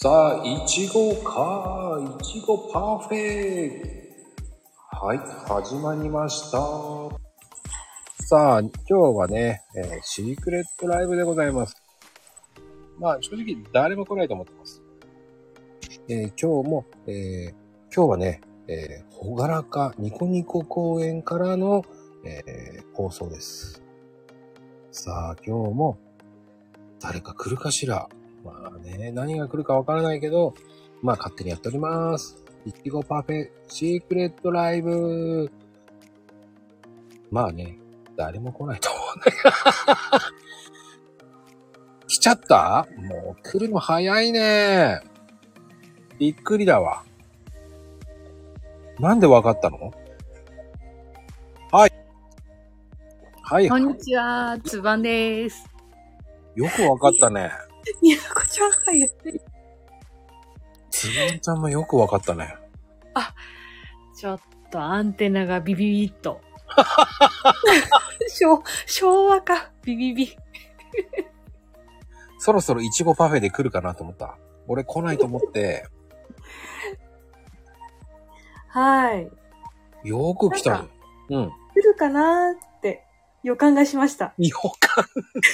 さあ、いちごか。いちごパフェ。はい、始まりました。さあ、今日はね、シークレットライブでございます。まあ、正直誰も来ないと思ってます。今日も、今日はね、ほがらかニコニコ公園からの、放送です。さあ、今日も誰か来るかしら。まあね、何が来るかわからないけど、まあ勝手にやっております。いちごパフェシークレットライブ。まあね、誰も来ないと思うんだけど。来ちゃった？もう来るの早いね。びっくりだわ。なんでわかったの？はい。はい。 こんにちは、つばんです。 よくわかったね。 みやこちゃんが言ってる。 つばんちゃんもよくわかったね。 あ、ちょっとアンテナがビビビッと。昭和か、ビビビ。 そろそろいちごパフェで来るかなと思った。俺来ないと思って。 はい。 よく来たね。うん。 来るかなーって予感がしました。 予感。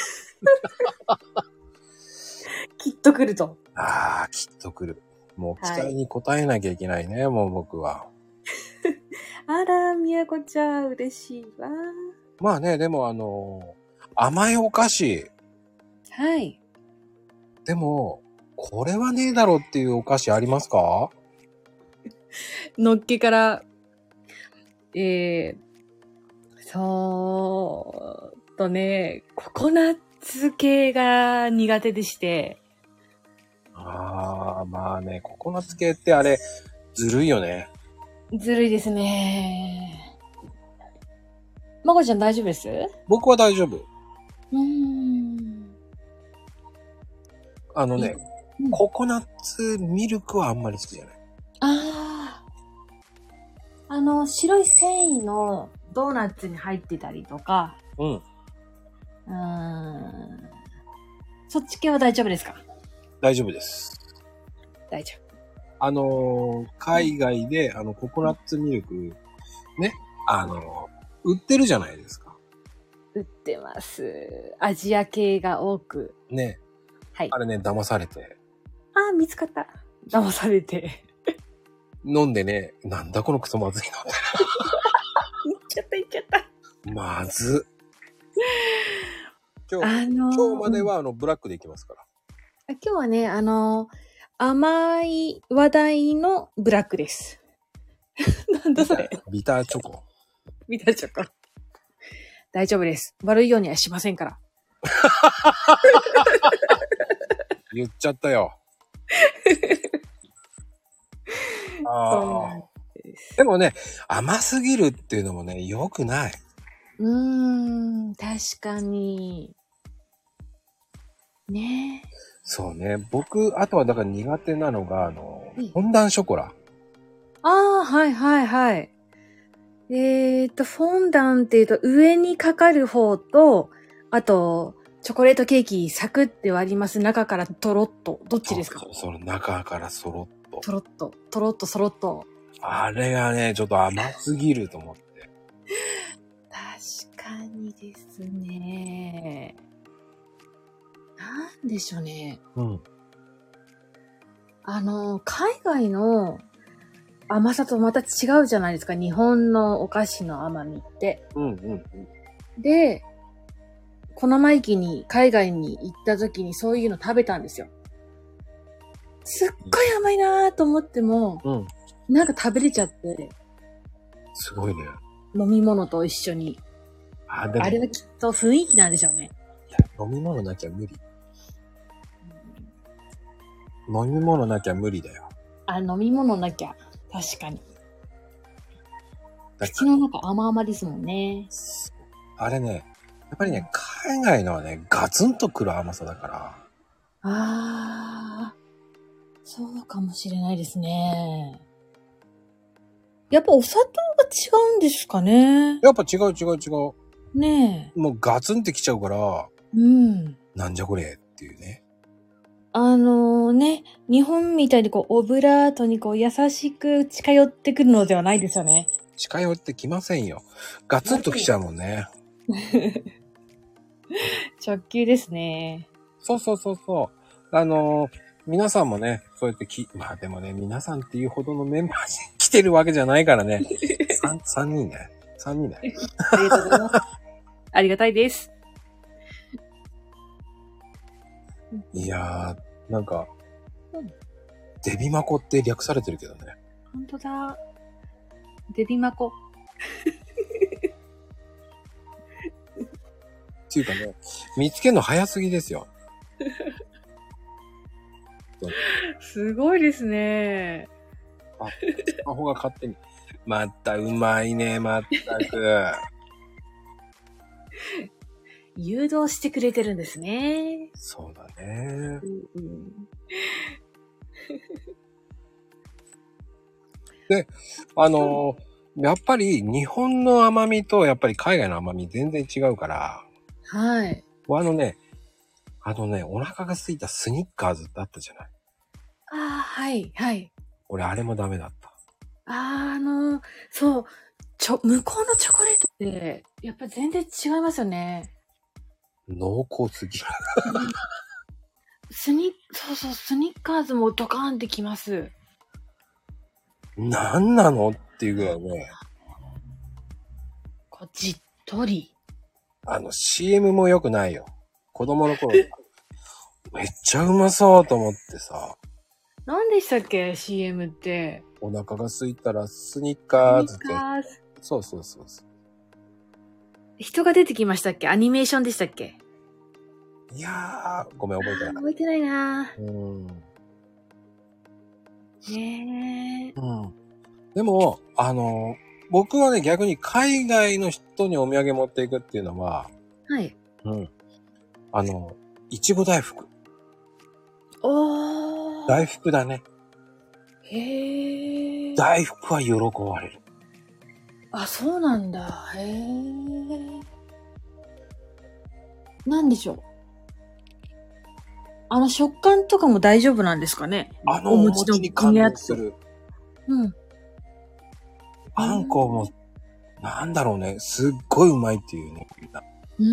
きっと来ると。 ああ、きっと来る。もう期待に応えなきゃいけないね、もう僕は。 あら、みやこちゃん、嬉しいわ。 まあね、でも甘いお菓子。 はい。 でも、これはねえだろっていうお菓子ありますか？ のっけから、そうとね、ココナッツ系が苦手でして。 ああ、まあね、ココナッツ系ってあれ、ずるいよね。 ずるいですね。まこちゃん大丈夫です？ 僕は大丈夫。ココナッツミルクはあんまり好きじゃない。 ああ。白い繊維のドーナツに入ってたりとか。 うん。 そっち系は大丈夫ですか？ 大丈夫です。 大丈夫。海外で、ココナッツミルク、ね、売ってるじゃないですか。 売ってます。アジア系が多く。 ね。 はい。 あれね、騙されて。 あ、見つかった。騙されて。 飲んでね、なんだこのクソまずいの。 言っちゃった。 まず。今日まではブラックでいきますから。 今日はね、甘い話題のブラックです。なんだそれ。 ビターチョコ。 ビターチョコ。大丈夫です。悪いようにはしませんから。 言っちゃったよ。ああ。でもね、甘すぎるっていうのもね、良くない。 確かに。ねえ。 そうね。僕、あとはだから苦手なのが、フォンダンショコラ。 ああ、はい。フォンダンっていうと上にかかる方と、あと、チョコレートケーキサクって割ります。中からトロッと。どっちですか？ その中からソロッと。 トロッと。 あれがね、ちょっと甘すぎると思って。 確かにですね。なんでしょうね。 うん。 海外の甘さとまた違うじゃないですか。日本のお菓子の甘みって。で、この前に海外に行った時にそういうの食べたんですよ。すっごい甘いなーと思っても、なんか食べれちゃって。 すごいね。 飲み物と一緒に。あれはきっと雰囲気なんでしょうね。 いや、飲み物なきゃ無理。飲み物なきゃ無理だよ。 飲み物なきゃ。確かに。口の中甘々ですもんね。 あれね、やっぱりね、海外のはね、ガツンとくる甘さだから。 そうかもしれないですね。やっぱお砂糖が違うんですかね。 やっぱ違う。 ねえ。 もうガツンってきちゃうから、なんじゃこれっていうね。 日本みたいにオブラートに優しく近寄ってくるのではないですよね。 近寄ってきませんよ。ガツンと来ちゃうもんね。 直球ですね。 そう。皆さんもね、そうやってまあでもね、皆さんっていうほどのメンバーに来てるわけじゃないからね。3人ね。3人ね。 ありがとうございます。ありがたいです。 いやー、なんか、デビマコって略されてるけどね。 ほんとだ。デビマコ。 っていうかね、見つけるの早すぎですよ。 すごいですね。 スマホが勝手に。またうまいね、まったく。 誘導してくれてるんですね。 そうだね。で、やっぱり日本の甘みとやっぱり海外の甘み全然違うから。 はい。 お腹が空いたスニッカーズってあったじゃない。 ああ、はい、はい。 俺あれもダメだった。 そう、向こうのチョコレートって、やっぱ全然違いますよね。 濃厚すぎる。 スニッカーズもドカーンってきます。 なんなのっていうぐらいね。 じっとり。 CM も良くないよ。子供の頃、めっちゃうまそうと思ってさ。 何でしたっけ ?CM って。 お腹が空いたらスニッカーズって。そう。 人が出てきましたっけ？アニメーションでしたっけ？ いやー、ごめん、覚えてない。 覚えてないなねえ。でも、僕はね、逆に海外の人にお土産持っていくっていうのは、 はい。 いちご大福。大福だね。 へー。 大福は喜ばれる。 あ、そうなんだ。へー。なんでしょう。食感とかも大丈夫なんですかね？ お餅に感動する。あんこも、なんだろうね、すっごいうまいっていうね、みんな。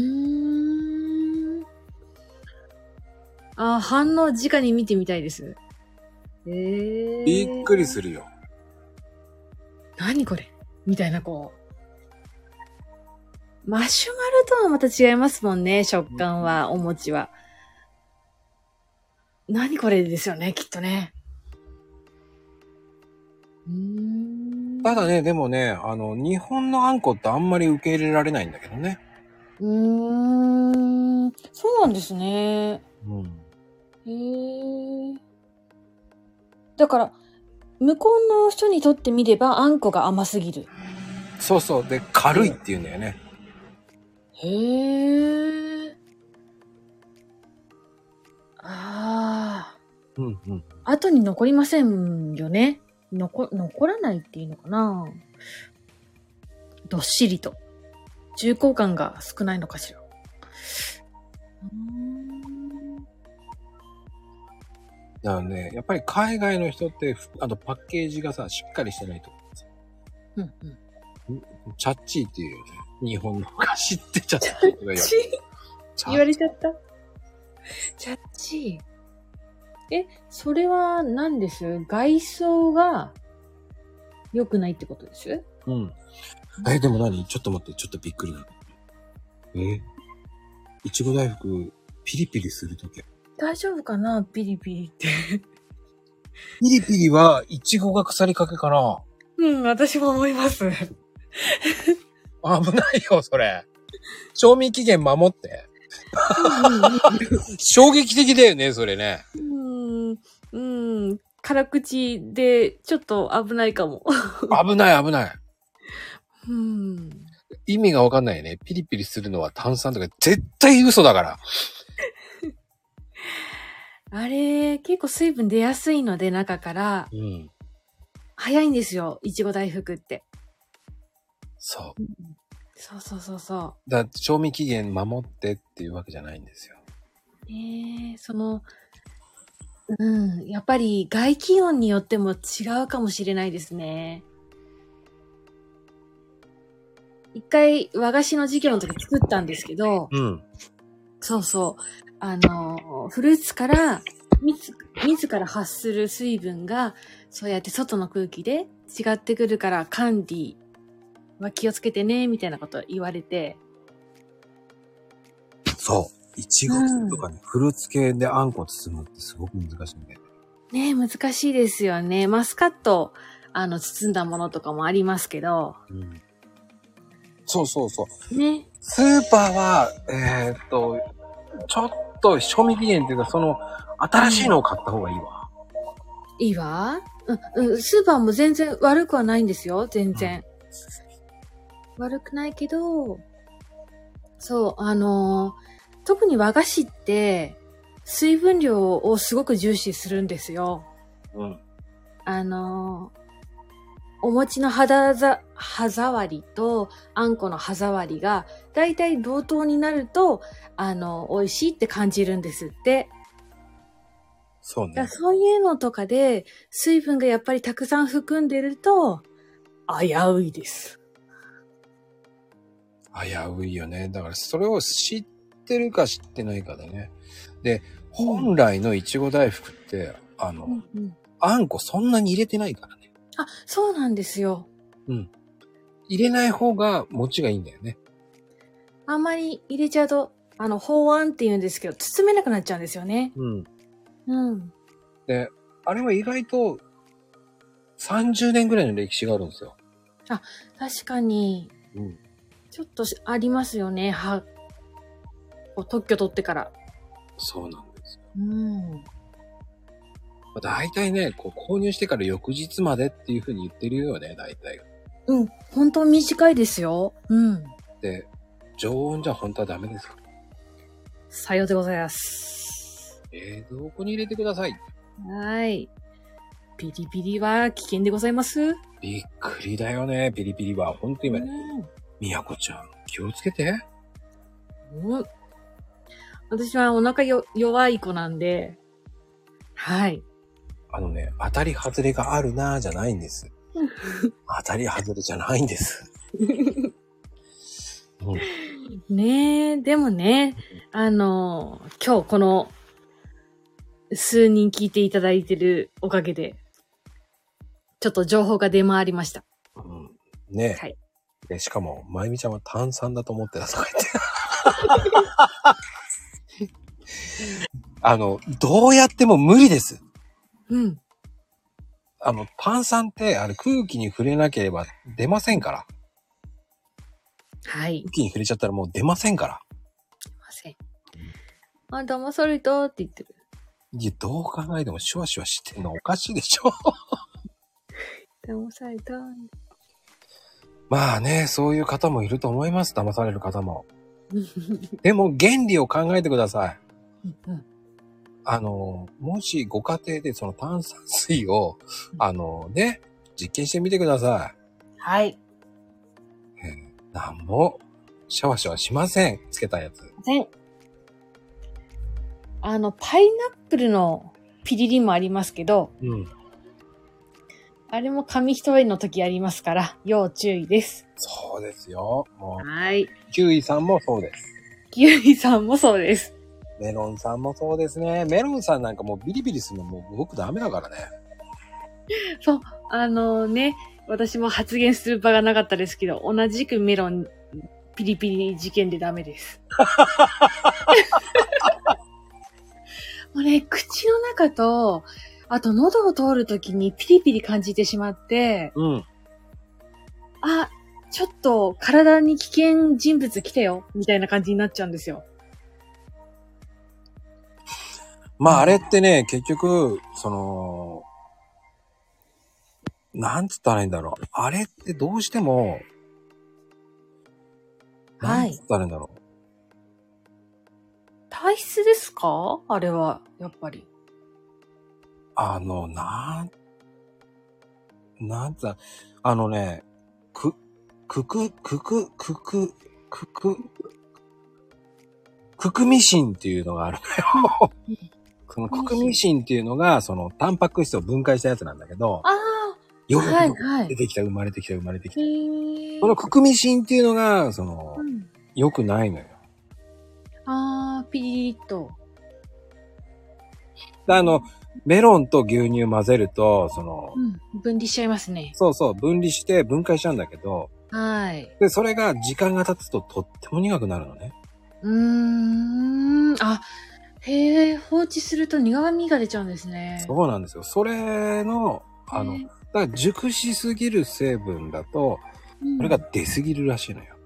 反応直に見てみたいです。 びっくりするよ。 何これみたいなマシュマロとはまた違いますもんね、食感は、お餅は。何これですよね、きっとね。 ただね、でもね、日本のあんこってあんまり受け入れられないんだけどね。 そうなんですね。だから、向こうの人にとってみれば、あんこが甘すぎる。 そう。で、軽いって言うんだよね。 後に残りませんよね。残らないっていうのかな。どっしりと。重厚感が少ないのかしら。 だからね、やっぱり海外の人って、パッケージがさ、しっかりしてないと思うんですよ。チャッチーっていうよね。日本のお菓子ってチャッチーとか言われちゃった。チャッチー。それは何です？外装が良くないってことです？ でも何？ちょっと待って、ちょっとびっくりだ。いちご大福、ピリピリするとき。 大丈夫かな？ピリピリって。 ピリピリは、いちごが腐りかけかな。 私も思います。 危ないよ、それ。賞味期限守って。衝撃的だよね、それね。 辛口で、ちょっと危ないかも。 危ない。意味がわかんないよね。ピリピリするのは炭酸とか絶対嘘だから。 あれ、結構水分出やすいので、中から。早いんですよ、いちご大福って。 そう。 そう。 だって賞味期限守ってっていうわけじゃないんですよ。 うん。やっぱり外気温によっても違うかもしれないですね。一回和菓子の授業の時作ったんですけど、 うん。 そうそう。フルーツから自ら発する水分が、そうやって外の空気で違ってくるから管理は気をつけてね、みたいなこと言われて。 そう。いちごとかね、フルーツ系であんこ包むってすごく難しいんだよね。ね、難しいですよね。マスカット、包んだものとかもありますけど。 うん。そうそうそう。 ね。 スーパーは、ちょっと賞味期限っていうか、新しいのを買った方がいいわ。 いいわ。スーパーも全然悪くはないんですよ。全然。悪くないけど、そう、特に和菓子って、水分量をすごく重視するんですよ。 うん。 お餅の歯触りとあんこの歯触りがだいたい同等になると、美味しいって感じるんですって。 そうね。 そういうのとかで水分がやっぱりたくさん含んでると危ういです。 危ういよね。だからそれを知ってるか知ってないかだね。で、本来のいちご大福って、あんこそんなに入れてないからね。 あ、そうなんですよ。 うん。入れない方が餅がいいんだよね。 あんまり入れちゃうと、法案って言うんですけど、包めなくなっちゃうんですよね。 うん。 うん。 で、あれは意外と30年ぐらいの歴史があるんですよ。 あ、確かに。 うん。 ちょっとありますよね。特許取ってから。 そうなんですよ。 うん。 大体ね、購入してから翌日までっていう風に言ってるよね、大体。 うん。本当短いですよ。うん。 で、常温じゃ本当はダメですよ。 さようでございます。 冷蔵庫に入れてください。 はい。ピリピリは危険でございます。 びっくりだよね、ピリピリは。ほんと今ね、みやこちゃん、気をつけて。 うん。私はお腹弱い子なんで、はい。 当たり外れがあるなぁじゃないんです。当たり外れじゃないんです。 うん、ねえ、でもね、今日この数人聞いていただいてるおかげで、ちょっと情報が出回りました。 うん、ねえ。はい。で、しかも、まゆみちゃんは炭酸だと思ってたとか言って。どうやっても無理です。 うん。 炭酸って、空気に触れなければ出ませんから。 はい。 空気に触れちゃったらもう出ませんから。 出ません。騙されたって言ってる。 いや、どう考えてもシュワシュワしてんのおかしいでしょ。 騙された。 まあね、そういう方もいると思います。騙される方も。でも、原理を考えてください。もしご家庭でその炭酸水を、実験してみてください。 はい。 なんも、シャワシャワしません。つけたやつ。 パイナップルのピリリもありますけど、 うん。 あれも紙一重の時ありますから、要注意です。 そうですよ。もう。 はい。 キウイさんもそうです。 キウイさんもそうです。 メロンさんもそうですね。メロンさんなんかもうビリビリするのもう僕ダメだからね。 そう、私も発言する場がなかったですけど、同じくメロンピリピリ事件でダメです。もうね、口の中と、あと喉を通るときにピリピリ感じてしまって、 うん。 あ、ちょっと体に危険人物来たよ、みたいな感じになっちゃうんですよ。 まああれってね、結局、なんつったらいいんだろう。あれってどうしても、なんつったらいいんだろう。 体質ですか？あれは、やっぱり。 なんつった、ククミシンっていうのがあるのよ。 そのククミシンっていうのが、その、タンパク質を分解したやつなんだけど、 ああ。 よはいはい。 出てきた、生まれてきた。 へー。 このククミシンっていうのが、その、 うん、 良くないのよ。 あー、ピリリッと。 メロンと牛乳混ぜると、その、 うん、分離しちゃいますね。 そうそう、分離して分解しちゃうんだけど、 はい。 で、それが時間が経つととっても苦くなるのね。 あ、へえ、放置すると苦味が出ちゃうんですね。 そうなんですよ。それの、だから熟しすぎる成分だと、それが出すぎるらしいのよ。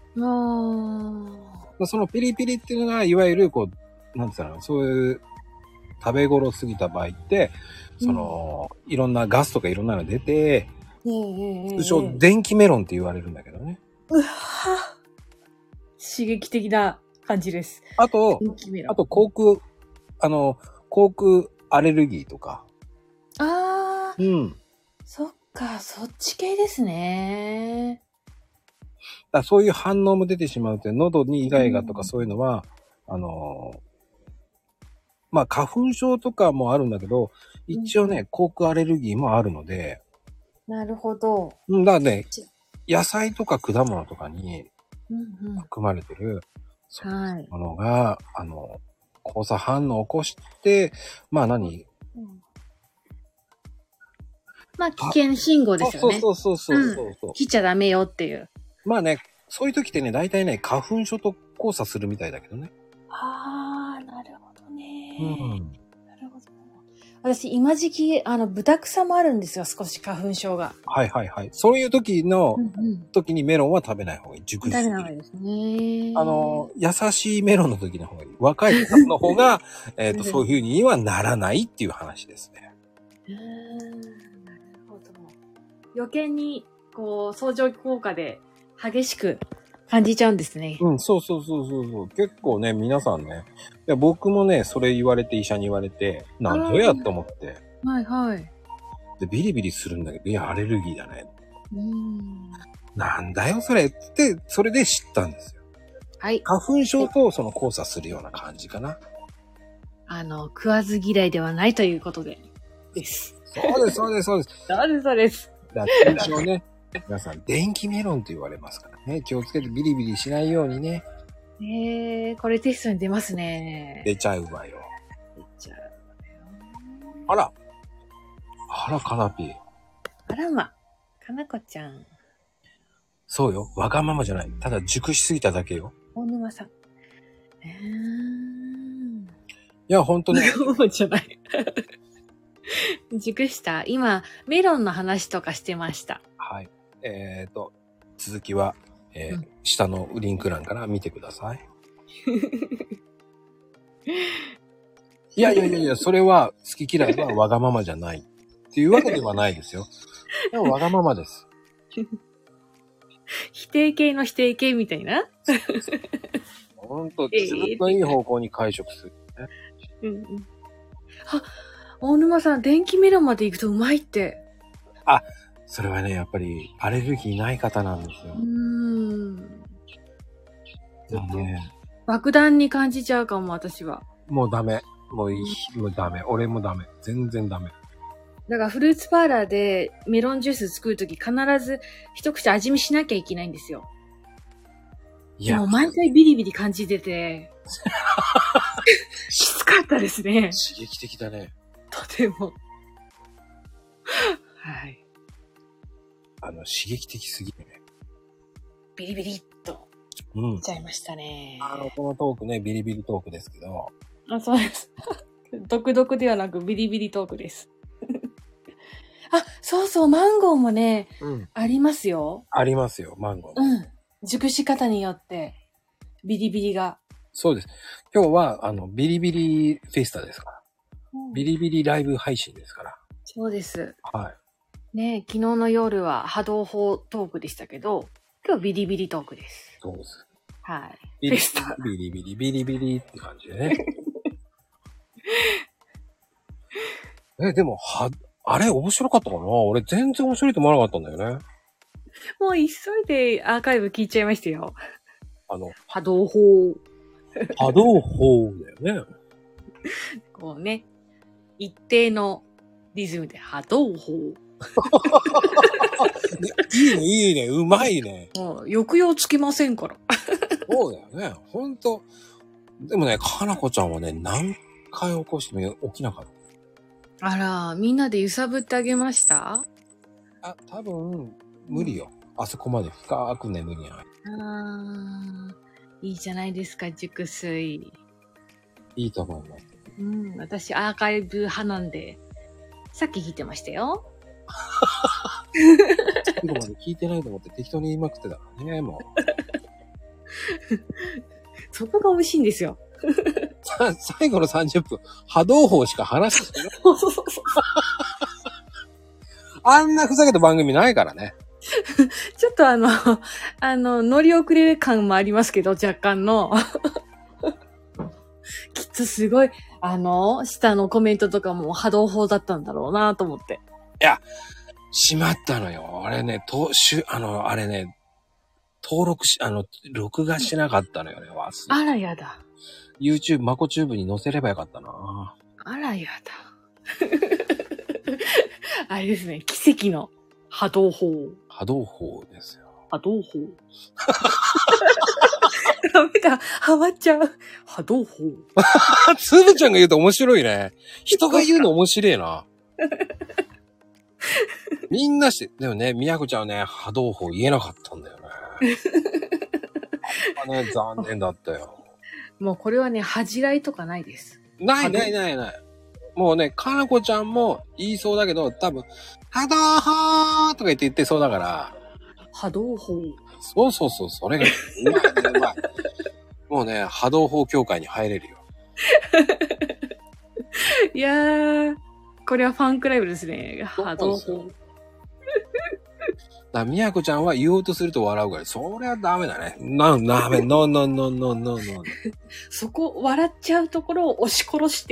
そのピリピリっていうのが、いわゆる、こう、なんて言ったら、そういう食べ頃過ぎた場合って、その、いろんなガスとかいろんなの出て、通称電気メロンって言われるんだけどね。 うわ刺激的な感じです。 あと、航空アレルギーとか。 ああ。 うん。 そっか、そっち系ですね。 だそういう反応も出てしまうって、喉にイガイガとかそういうのは、まあ、花粉症とかもあるんだけど、一応ね、航空アレルギーもあるので。 なるほど。 だからね、野菜とか果物とかに含まれてる、 はい。 ものが、交差反応を起こして、まあまあ、危険信号ですよね。 そう。 切っちゃダメよっていう。 まあね、そういう時ってね、大体ね、花粉症と交差するみたいだけどね。 ああ、なるほどね。 うん。 なるほど。私、今時期、豚草もあるんですよ、少し花粉症が。 はい。そういう時にメロンは食べない方がいい。熟しすぎる。 食べない方がいいですね。 優しいメロンの時の方がいい。若い方の方が、そういう風にはならないっていう話ですね。 なるほど。余計に、こう、相乗効果で激しく感じちゃうんですね。 うん、そう。結構ね、皆さんね。いや、僕もね、それ言われて、医者に言われて、なんぞやと思って。 はい。 で、ビリビリするんだけど、いや、アレルギーだね。なんだよ、それって、それで知ったんですよ。 はい。 花粉症とその交差するような感じかな。 食わず嫌いではないということで。です。 そうです。 そうです。 だから通称ね、皆さん、電気メロンと言われますからね。気をつけてビリビリしないようにね。 これテストに出ますね。 出ちゃうわよ。 出ちゃうわよ。 あら、カナピー。 あらま、かなこちゃん。 そうよ。わがままじゃない。ただ熟しすぎただけよ。 大沼さん。 いや、ほんとね。 わがままじゃない。熟した。今、メロンの話とかしてました。 はい。続きは、下のリンク欄から見てください。いや、それは好き嫌いはわがままじゃないっていうわけではないですよ。でもわがままです。 否定形の否定形みたいな。 ほんと、自分のいい方向に解釈する、ね。 あ、大沼さん、電気メロンまで行くとうまいって。 あ、それはね、やっぱりアレルギーない方なんですよ。 ね、爆弾に感じちゃうかも、私は。 もうダメ。もうダメ。俺もダメ。全然ダメ。 だからフルーツパーラーでメロンジュース作るとき必ず一口味見しなきゃいけないんですよ。いや。もう毎回ビリビリ感じてて。きつかったですね。 刺激的だね。 とても。はい。 刺激的すぎるね。 ビリビリっと。いっちゃいましたね。 このトークね、ビリビリトークですけど。 あ、そうです。独々ではなくビリビリトークです。あ、そう、マンゴーもね、ありますよ。 ありますよ、マンゴー。熟し方によって、ビリビリが。 そうです。今日は、ビリビリフェスタですから。ビリビリライブ配信ですから。 そうです。 はい。 ね、昨日の夜は波動砲トークでしたけど、今日ビリビリトークです。 そうです。 はい。 フェスタ。ビリビリって感じでね。でも、あれ面白かったかな？俺全然面白いと思わなかったんだよね。 もう急いでアーカイブ聞いちゃいましたよ。波動砲。 波動砲だよね。 こうね、一定のリズムで波動砲。 いいね、いいね、うまいね。 抑揚つきませんから。 そうだよね、ほんと。でもね、かなこちゃんはね、何回起こしても起きなかった。 あら、みんなで揺さぶってあげました？ 多分、無理よ。あそこまで深く眠りに入る。 いいじゃないですか、熟睡。 いいと思います。 私アーカイブ派なんで、さっき聞いてましたよ。 最後まで聞いてないと思って適当に言いまくってたからね、もう。 そこが美味しいんですよ。 最後の30分、波動砲しか話してない。あんなふざけた番組ないからね。 ちょっと乗り遅れ感もありますけど、若干の。きっとすごい、下のコメントとかも波動砲だったんだろうなと思って。 いや、しまったのよ。あれね、あれね、登録録画しなかったのよね。 あらやだ。 YouTube、マコチューブに載せればよかったな。 あらやだ。あれですね、奇跡の波動砲。 波動砲ですよ。 波動砲。ダメだ、ハマっちゃう。波動砲。 つぶちゃんが言うと面白いね。人が言うの面白いな。みんなでもね、みやこちゃんはね、波動砲言えなかったんだよね。残念だったよ。 もうこれはね、恥じらいとかないです。 ない。もうね、かなこちゃんも言いそうだけど、多分、波動砲とか言ってそうだから。 波動砲。 そう、それがうまい。もうね、波動砲協会に入れるよ。 いやー、これはファンクライブですね。波動砲。 みやこちゃんは言おうとすると笑うから、そりゃダメだね。ダメ、ノー。 そこ、笑っちゃうところを押し殺して。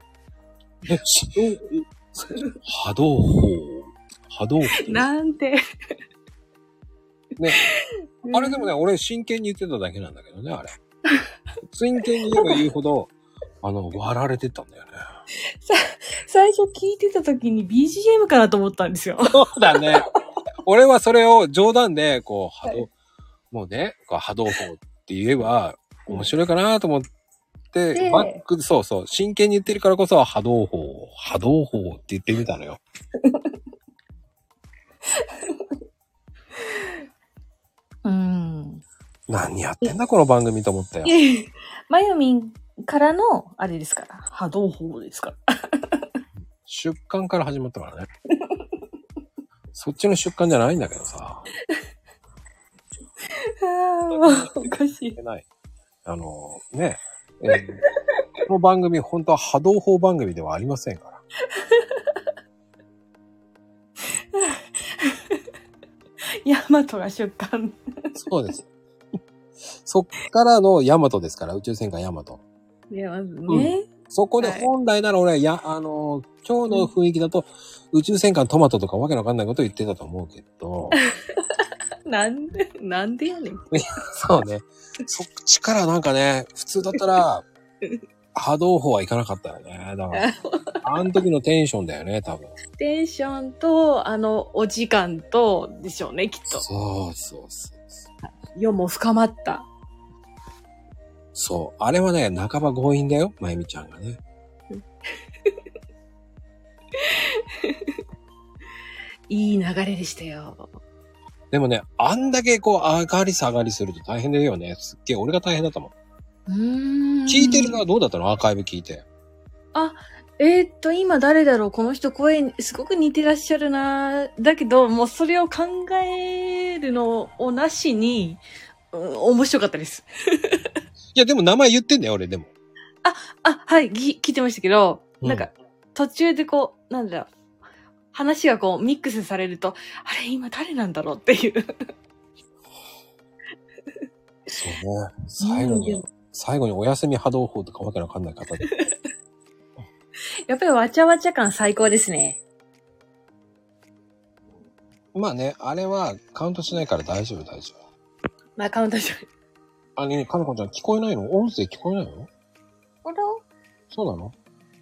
波動砲。 なんて。 ね。あれでもね、俺真剣に言ってただけなんだけどね、あれ。真剣に言えば言うほど、笑われてたんだよね。 最初聞いてた時に BGM かなと思ったんですよ。 そうだね。俺はそれを冗談で、こう、もうね、波動砲って言えば面白いかなと思って、バック、そう、真剣に言ってるからこそ波動砲って言ってみたのよ。何やってんだこの番組と思ったよ。 まゆみんからの、あれですから。波動砲ですから。 出刊から始まったからね。そっちの出刊じゃないんだけどさ。 おかしい。 ね、この番組本当は波動砲番組ではありませんから。 ヤマトが出刊。そうです。そっからのヤマトですから、宇宙戦艦ヤマト。 いや、まずね。 そこで本来なら俺は今日の雰囲気だと、宇宙戦艦トマトとかわけのわかんないこと言ってたと思うけど。 なんでやねん。 そうね。そっちからなんかね、普通だったら、波動砲はいかなかったよね。だから、あの時のテンションだよね、多分。 テンションと、お時間と、でしょうね、きっと。 そう。 世も深まった。 そう。あれはね、半ば強引だよ、まゆみちゃんがね。 いい流れでしたよ。 でもね、あんだけこう、上がり下がりすると大変だよね。すっげえ、俺が大変だったもん。聞いてるのはどうだったの？アーカイブ聞いて。 今誰だろう？この人声すごく似てらっしゃるな。だけど、もうそれを考えるのをなしに、面白かったです。 いや、でも名前言ってんだよ、俺でも。 はい、聞いてましたけど、なんか、途中でこう、なんだろう、話がこう、ミックスされると、あれ、今誰なんだろうっていう。 そうね。最後にお休み波動砲とかわけわかんない方で。 やっぱりわちゃわちゃ感最高ですね。 まあね、あれはカウントしないから大丈夫。 まあカウントしない。 かなこちゃん聞こえないの？音声聞こえないの？ あら？ そうなの？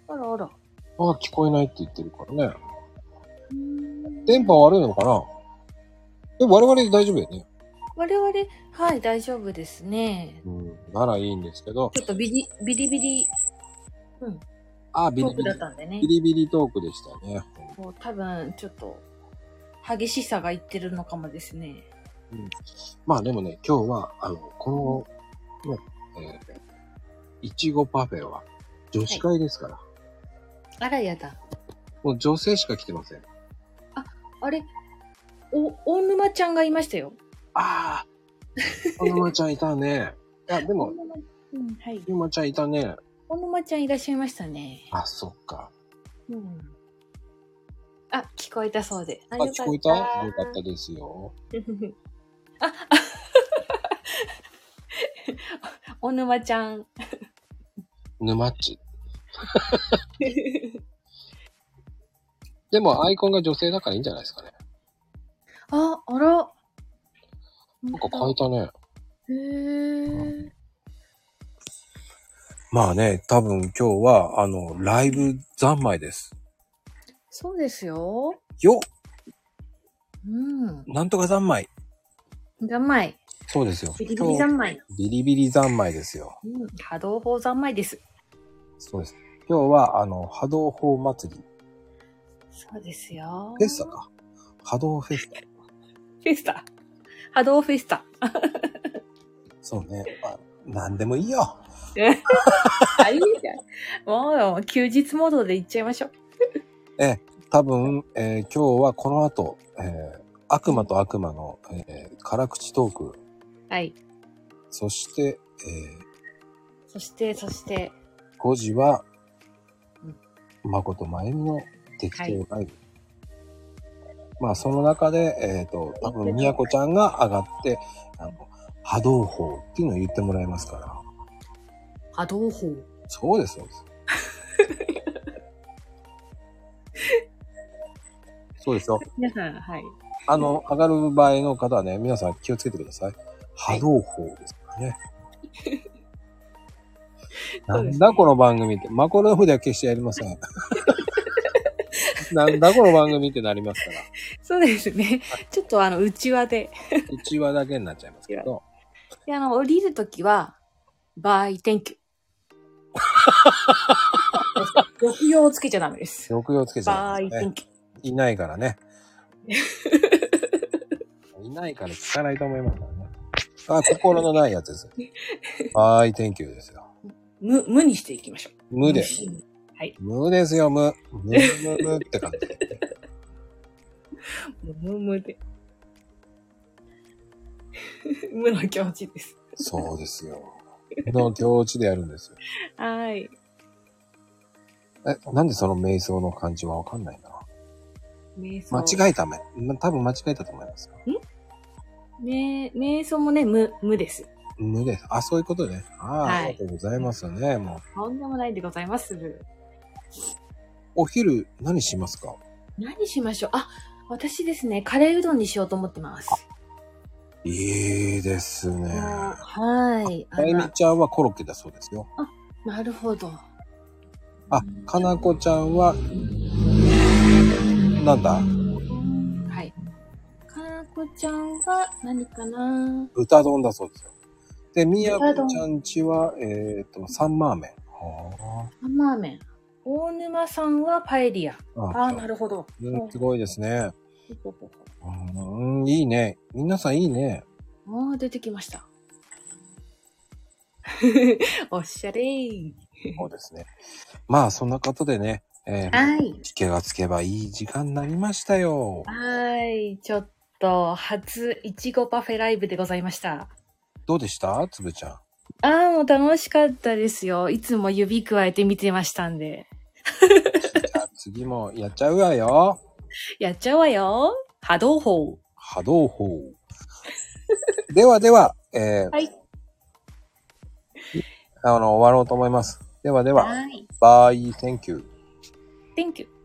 あらあら。 聞こえないって言ってるからね。電波悪いのかな？我々大丈夫よね。 我々、はい、大丈夫ですね。 ならいいんですけど。 ちょっとビリビリ、 ビリビリ。 トークだったんでね。 ビリビリトークでしたね。 多分、ちょっと、激しさがいってるのかもですね。 まあでもね、今日は、この、ね、いちごパフェは女子会ですから。 あらやだ。 もう女性しか来てません。 あれ、大沼ちゃんがいましたよ。 大沼ちゃんいたね。でも、 はい。 大沼ちゃんいたね。 大沼ちゃんいらっしゃいましたね。 そっか。 聞こえたそうで。 聞こえた？よかったですよ。 大沼ちゃん。 沼っち。でもアイコンが女性だからいいんじゃないですかね。 あら。 なんか変えたね。まあね、多分今日は、ライブ三昧です。 そうですよ。 なんとか三昧。 三昧。 そうですよ。 ビリビリ三昧。 ビリビリ三昧ですよ。 波動砲三昧です。 そうです。今日は、波動砲祭り。 そうですよ。 フェスタか。波動フェスタ。 フェスタ。波動フェスタ。 そうね。なんでもいいよ。 いいじゃん。もう、休日モードで行っちゃいましょう。 多分、今日はこの後、悪魔と悪魔の、辛口トーク。 はい。 そして、 そして、 5時は、まことまゆみの適当ライブ。まあ、その中で、多分、みやこちゃんが上がって、波動砲っていうのを言ってもらいますから。 波動砲。 そうです、そうです。そうですよ。 皆さん、はい。 上がる場合の方はね、皆さん気をつけてください。波動砲ですからね。なんだこの番組って。マコルームでは決してやりません。なんだこの番組ってなりますから。 そうですね。ちょっと内輪で。 内輪だけになっちゃいますけど。 で、降りるときは、バイ、Thank you。抑揚をつけちゃダメです。 抑揚つけちゃダメですね。バイ、Thank you。いないからね。いないから聞かないと思いますからね。心のないやつです。バイ、Thank you ですよ。 無にしていきましょう。 無で。 はい。 無ですよ、無って感じで。 無で。無の境地です。 そうですよ。無の境地でやるんですよ。 はい。 なんでその瞑想の感じはわかんないな。 瞑想。 間違えため。多分間違えたと思いますよ。 瞑想もね、無です。 無です。そういうことね。ありがとうございますね、もう。 とんでもないでございます。 お昼何しますか？ 何しましょう。私ですね、カレーうどんにしようと思ってます。 いいですね。 はい。 あゆみちゃんはコロッケだそうですよ。 なるほど。 かなこちゃんは、なんだ？ はい。かなこちゃんは何かな？ 豚丼だそうですよ。で、みやこちゃんちは、サンマーメン。 サンマーメン。大沼さんはパエリア。なるほど。 すごいですね。いいね。皆さんいいね。 出てきました。おしゃれー。 そうですね。まあ、そんなことでね、 はい。 気がつけばいい時間になりましたよ。 はい。ちょっと、初いちごパフェライブでございました。 どうでしたつぶちゃん。 もう楽しかったですよ。いつも指くわえて見てましたんで。 じゃあ次もやっちゃうわよ。 やっちゃうわよ。波動砲。 波動砲。では、はい。終わろうと思います。では、 はい。 バイ、Thank you. Thank you.